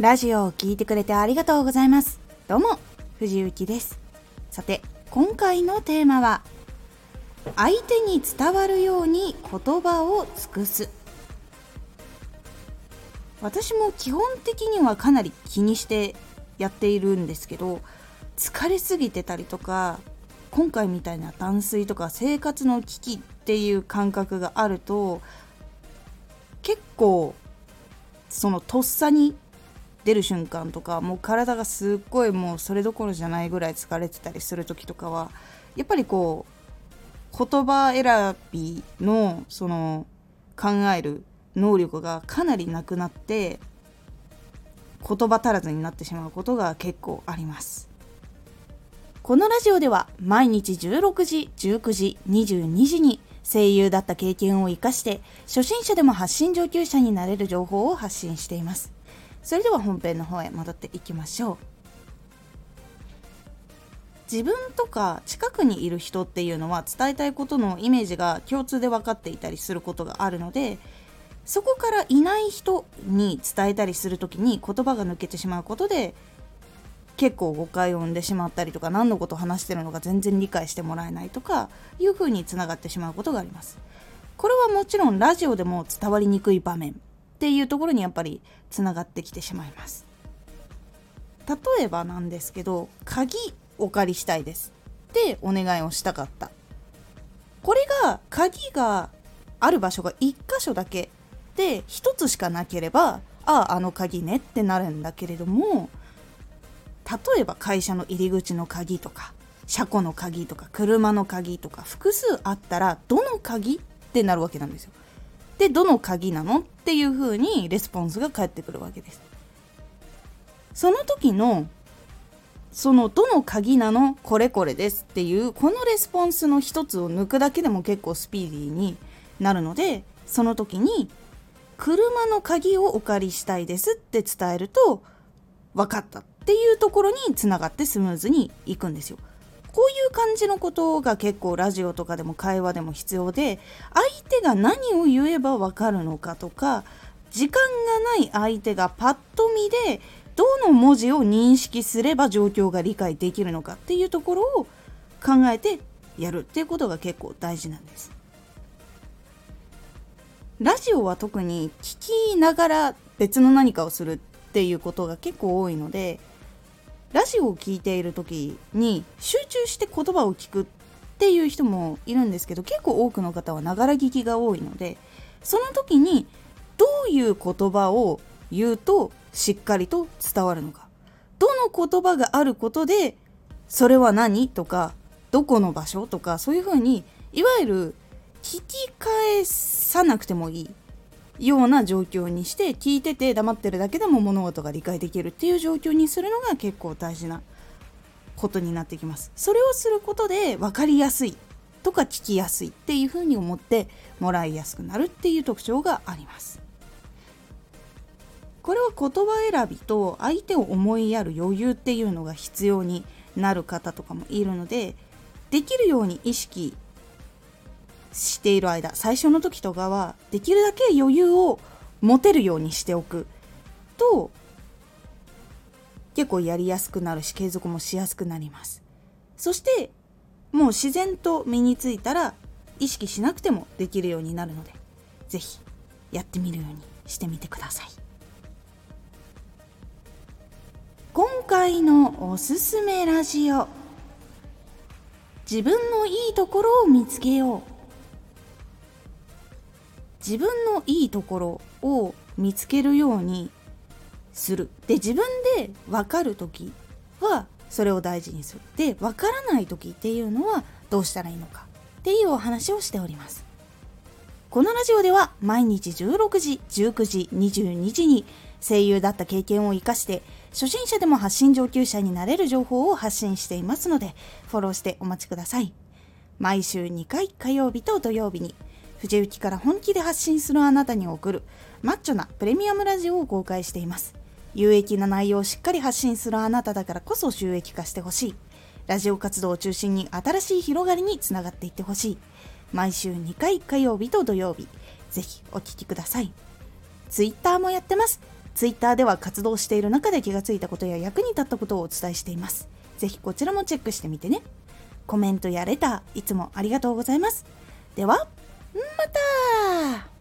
ラジオを聞いてくれてありがとうございます。どうも藤幸です。さて今回のテーマは、相手に伝わるように言葉を尽くす。私も基本的にはかなり気にしてやっているんですけど、疲れすぎてたりとか、今回みたいな断水とか生活の危機っていう感覚があると、結構そのとっさに出る瞬間とか、もう体がすっごいもうそれどころじゃないぐらい疲れてたりする時とかは、やっぱりこう言葉選びのその考える能力がかなりなくなって、言葉足らずになってしまうことが結構あります。このラジオでは毎日16時、19時、22時に声優だった経験を生かして初心者でも発信上級者になれる情報を発信しています。それでは本編の方へ戻っていきましょう。自分とか近くにいる人っていうのは伝えたいことのイメージが共通で分かっていたりすることがあるので、そこからいない人に伝えたりするときに言葉が抜けてしまうことで結構誤解を生んでしまったりとか、何のことを話してるのか全然理解してもらえないとかいう風につながってしまうことがあります。これはもちろんラジオでも伝わりにくい場面っていうところにやっぱりつながってきてしまいます。例えばなんですけど、鍵お借りしたいですってお願いをしたかった。これが鍵がある場所が1箇所だけで1つしかなければ、あの鍵ねってなるんだけれども、例えば会社の入り口の鍵とか車庫の鍵とか車の鍵とか複数あったら、どの鍵ってなるわけなんですよ。で、どの鍵なのっていう風にレスポンスが返ってくるわけです。その時のそのどの鍵なのこれこれですっていうこのレスポンスの一つを抜くだけでも結構スピーディーになるので、その時に車の鍵をお借りしたいですって伝えると、分かったっていうところにつながってスムーズにいくんですよ。こういう感じのことが結構ラジオとかでも会話でも必要で、相手が何を言えば分かるのかとか、時間がない相手がパッと見でどの文字を認識すれば状況が理解できるのかっていうところを考えてやるっていうことが結構大事なんです。ラジオは特に聞きながら別の何かをするっていうことが結構多いので、ラジオを聞いている時に集中して言葉を聞くっていう人もいるんですけど、結構多くの方はながら聞きが多いので、その時にどういう言葉を言うとしっかりと伝わるのか、どの言葉があることでそれは何とかどこの場所とか、そういうふうにいわゆる聞き返さなくてもいいような状況にして、聞いてて黙ってるだけでも物事が理解できるっていう状況にするのが結構大事なことになってきます。それをすることで分かりやすいとか聞きやすいっていうふうに思ってもらいやすくなるっていう特徴があります。これは言葉選びと相手を思いやる余裕っていうのが必要になる方とかもいるので、できるように意識している間、最初の時とかはできるだけ余裕を持てるようにしておくと結構やりやすくなるし、継続もしやすくなります。そしてもう自然と身についたら意識しなくてもできるようになるので、ぜひやってみるようにしてみてください。今回のおすすめラジオ、自分のいいところを見つけよう。自分のいいところを見つけるようにする。で、自分で分かるときはそれを大事にする。で、分からないときっていうのはどうしたらいいのかっていうお話をしております。このラジオでは毎日16時、19時、22時に声優だった経験を生かして初心者でも発信上級者になれる情報を発信していますので、フォローしてお待ちください。毎週2回、火曜日と土曜日に藤雪から本気で発信するあなたに送るマッチョなプレミアムラジオを公開しています。有益な内容をしっかり発信するあなただからこそ収益化してほしい。ラジオ活動を中心に新しい広がりにつながっていってほしい。毎週2回、火曜日と土曜日、ぜひお聞きください。ツイッターもやってます。 Twitter では活動している中で気がついたことや役に立ったことをお伝えしています。ぜひこちらもチェックしてみてね。コメントやレターいつもありがとうございます。ではまた。